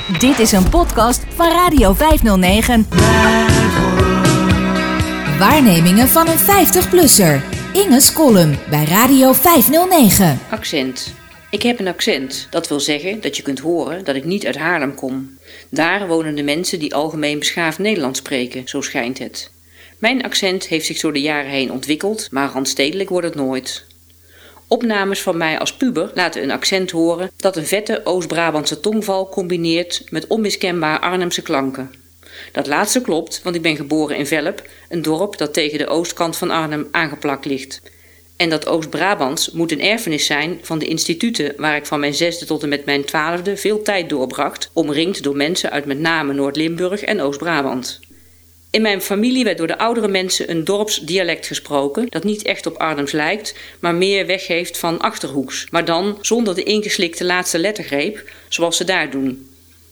Dit is een podcast van Radio 509. Waarnemingen van een 50-plusser. Inge's column bij Radio 509. Accent. Ik heb een accent. Dat wil zeggen dat je kunt horen dat ik niet uit Haarlem kom. Daar wonen de mensen die algemeen beschaafd Nederlands spreken, zo schijnt het. Mijn accent heeft zich door de jaren heen ontwikkeld, maar randstedelijk wordt het nooit. Opnames van mij als puber laten een accent horen dat een vette Oost-Brabantse tongval combineert met onmiskenbaar Arnhemse klanken. Dat laatste klopt, want ik ben geboren in Velp, een dorp dat tegen de oostkant van Arnhem aangeplakt ligt. En dat Oost-Brabants moet een erfenis zijn van de instituten waar ik van mijn 6e tot en met mijn 12e veel tijd doorbracht, omringd door mensen uit met name Noord-Limburg en Oost-Brabant. In mijn familie werd door de oudere mensen een dorpsdialect gesproken dat niet echt op Arnhems lijkt, maar meer weggeeft van Achterhoeks, maar dan zonder de ingeslikte laatste lettergreep, zoals ze daar doen.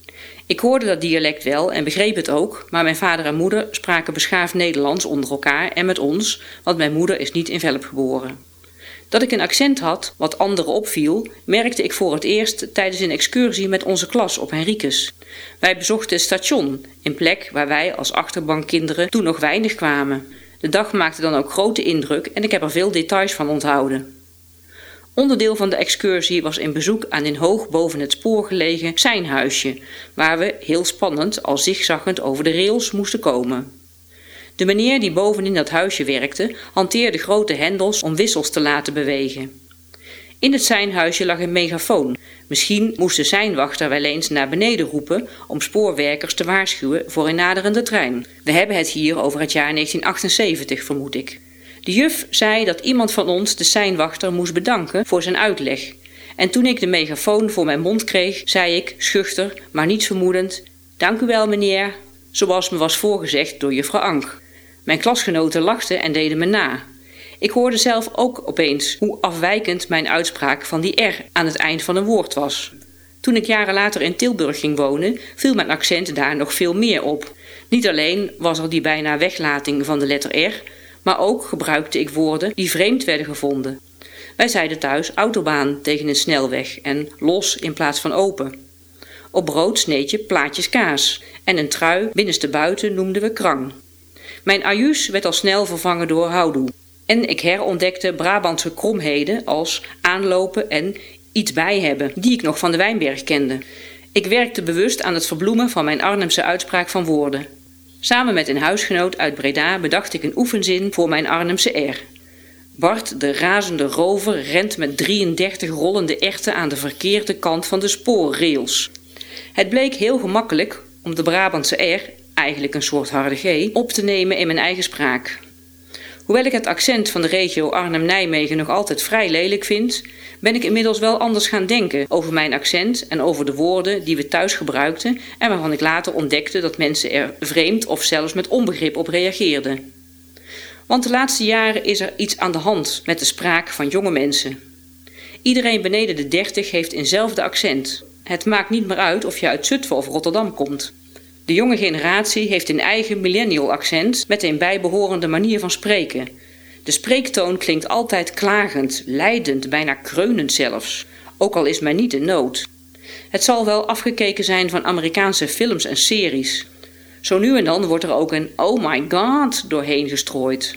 Ik hoorde dat dialect wel en begreep het ook, maar mijn vader en moeder spraken beschaafd Nederlands onder elkaar en met ons, want mijn moeder is niet in Velp geboren. Dat ik een accent had, wat anderen opviel, merkte ik voor het eerst tijdens een excursie met onze klas op Henricus. Wij bezochten het station, een plek waar wij als achterbankkinderen toen nog weinig kwamen. De dag maakte dan ook grote indruk en ik heb er veel details van onthouden. Onderdeel van de excursie was een bezoek aan een hoog boven het spoor gelegen seinhuisje, waar we, heel spannend, al zigzaggend over de rails moesten komen. De meneer die bovenin dat huisje werkte, hanteerde grote hendels om wissels te laten bewegen. In het seinhuisje lag een megafoon. Misschien moest de seinwachter wel eens naar beneden roepen om spoorwerkers te waarschuwen voor een naderende trein. We hebben het hier over het jaar 1978, vermoed ik. De juf zei dat iemand van ons de seinwachter moest bedanken voor zijn uitleg. En toen ik de megafoon voor mijn mond kreeg, zei ik, schuchter, maar niets vermoedend, dank u wel meneer, zoals me was voorgezegd door juffrouw Ank. Mijn klasgenoten lachten en deden me na. Ik hoorde zelf ook opeens hoe afwijkend mijn uitspraak van die R aan het eind van een woord was. Toen ik jaren later in Tilburg ging wonen, viel mijn accent daar nog veel meer op. Niet alleen was er die bijna weglating van de letter R, maar ook gebruikte ik woorden die vreemd werden gevonden. Wij zeiden thuis autobaan tegen een snelweg en los in plaats van open. Op brood sneed je plaatjes kaas en een trui binnenstebuiten noemden we krang. Mijn ajuus werd al snel vervangen door houdoe. En ik herontdekte Brabantse kromheden als aanlopen en iets bij hebben, die ik nog van de Wijnberg kende. Ik werkte bewust aan het verbloemen van mijn Arnhemse uitspraak van woorden. Samen met een huisgenoot uit Breda bedacht ik een oefenzin voor mijn Arnhemse R. Bart, de razende rover, rent met 33 rollende erwten aan de verkeerde kant van de spoorrails. Het bleek heel gemakkelijk om de Brabantse R, eigenlijk een soort harde G, op te nemen in mijn eigen spraak. Hoewel ik het accent van de regio Arnhem-Nijmegen nog altijd vrij lelijk vind, ben ik inmiddels wel anders gaan denken over mijn accent en over de woorden die we thuis gebruikten en waarvan ik later ontdekte dat mensen er vreemd of zelfs met onbegrip op reageerden. Want de laatste jaren is er iets aan de hand met de spraak van jonge mensen. Iedereen beneden de 30 heeft eenzelfde accent. Het maakt niet meer uit of je uit Zutphen of Rotterdam komt. De jonge generatie heeft een eigen millennial accent met een bijbehorende manier van spreken. De spreektoon klinkt altijd klagend, lijdend, bijna kreunend zelfs. Ook al is men niet in nood. Het zal wel afgekeken zijn van Amerikaanse films en series. Zo nu en dan wordt er ook een oh my god doorheen gestrooid.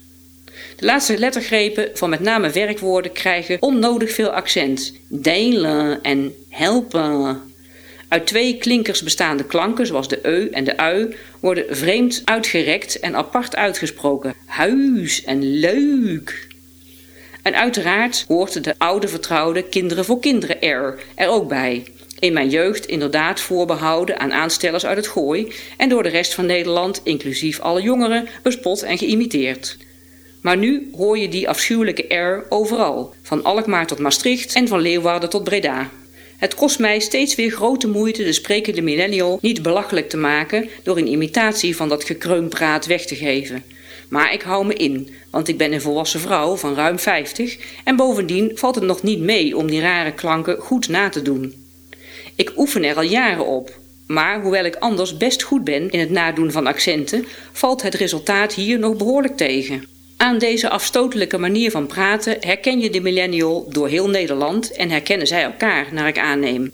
De laatste lettergrepen van met name werkwoorden krijgen onnodig veel accent. Delen en helpen. Uit 2 klinkers bestaande klanken, zoals de eu en de ui, worden vreemd uitgerekt en apart uitgesproken. Huis en leuk. En uiteraard hoort de oude vertrouwde kinderen voor kinderen er ook bij. In mijn jeugd inderdaad voorbehouden aan aanstellers uit het Gooi en door de rest van Nederland, inclusief alle jongeren, bespot en geïmiteerd. Maar nu hoor je die afschuwelijke R overal, van Alkmaar tot Maastricht en van Leeuwarden tot Breda. Het kost mij steeds weer grote moeite de sprekende millennial niet belachelijk te maken door een imitatie van dat gekreunpraat weg te geven. Maar ik hou me in, want ik ben een volwassen vrouw van ruim 50 en bovendien valt het nog niet mee om die rare klanken goed na te doen. Ik oefen er al jaren op, maar hoewel ik anders best goed ben in het nadoen van accenten, valt het resultaat hier nog behoorlijk tegen. Aan deze afstotelijke manier van praten herken je de millennial door heel Nederland en herkennen zij elkaar, naar ik aanneem.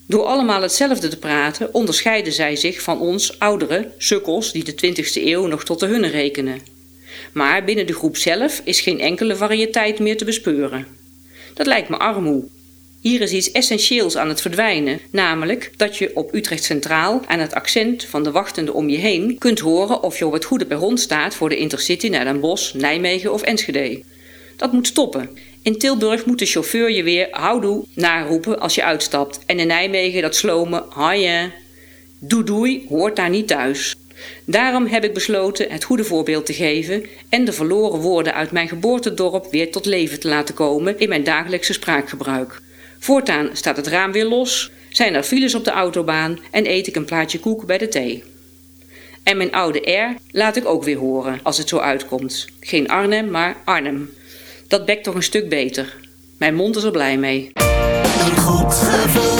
Door allemaal hetzelfde te praten onderscheiden zij zich van ons oudere sukkels die de 20e eeuw nog tot de hunne rekenen. Maar binnen de groep zelf is geen enkele variëteit meer te bespeuren. Dat lijkt me armoe. Hier is iets essentieels aan het verdwijnen, namelijk dat je op Utrecht Centraal aan het accent van de wachtende om je heen kunt horen of je op het goede perron staat voor de Intercity naar Den Bosch, Nijmegen of Enschede. Dat moet stoppen. In Tilburg moet de chauffeur je weer houdoe naroepen als je uitstapt en in Nijmegen dat slome haje. Doei hoort daar niet thuis. Daarom heb ik besloten het goede voorbeeld te geven en de verloren woorden uit mijn geboortedorp weer tot leven te laten komen in mijn dagelijkse spraakgebruik. Voortaan staat het raam weer los, zijn er files op de autobaan en eet ik een plaatje koek bij de thee. En mijn oude R laat ik ook weer horen als het zo uitkomt. Geen Arnhem, maar Arnhem. Dat bekt toch een stuk beter. Mijn mond is er blij mee. Een goed gevoel.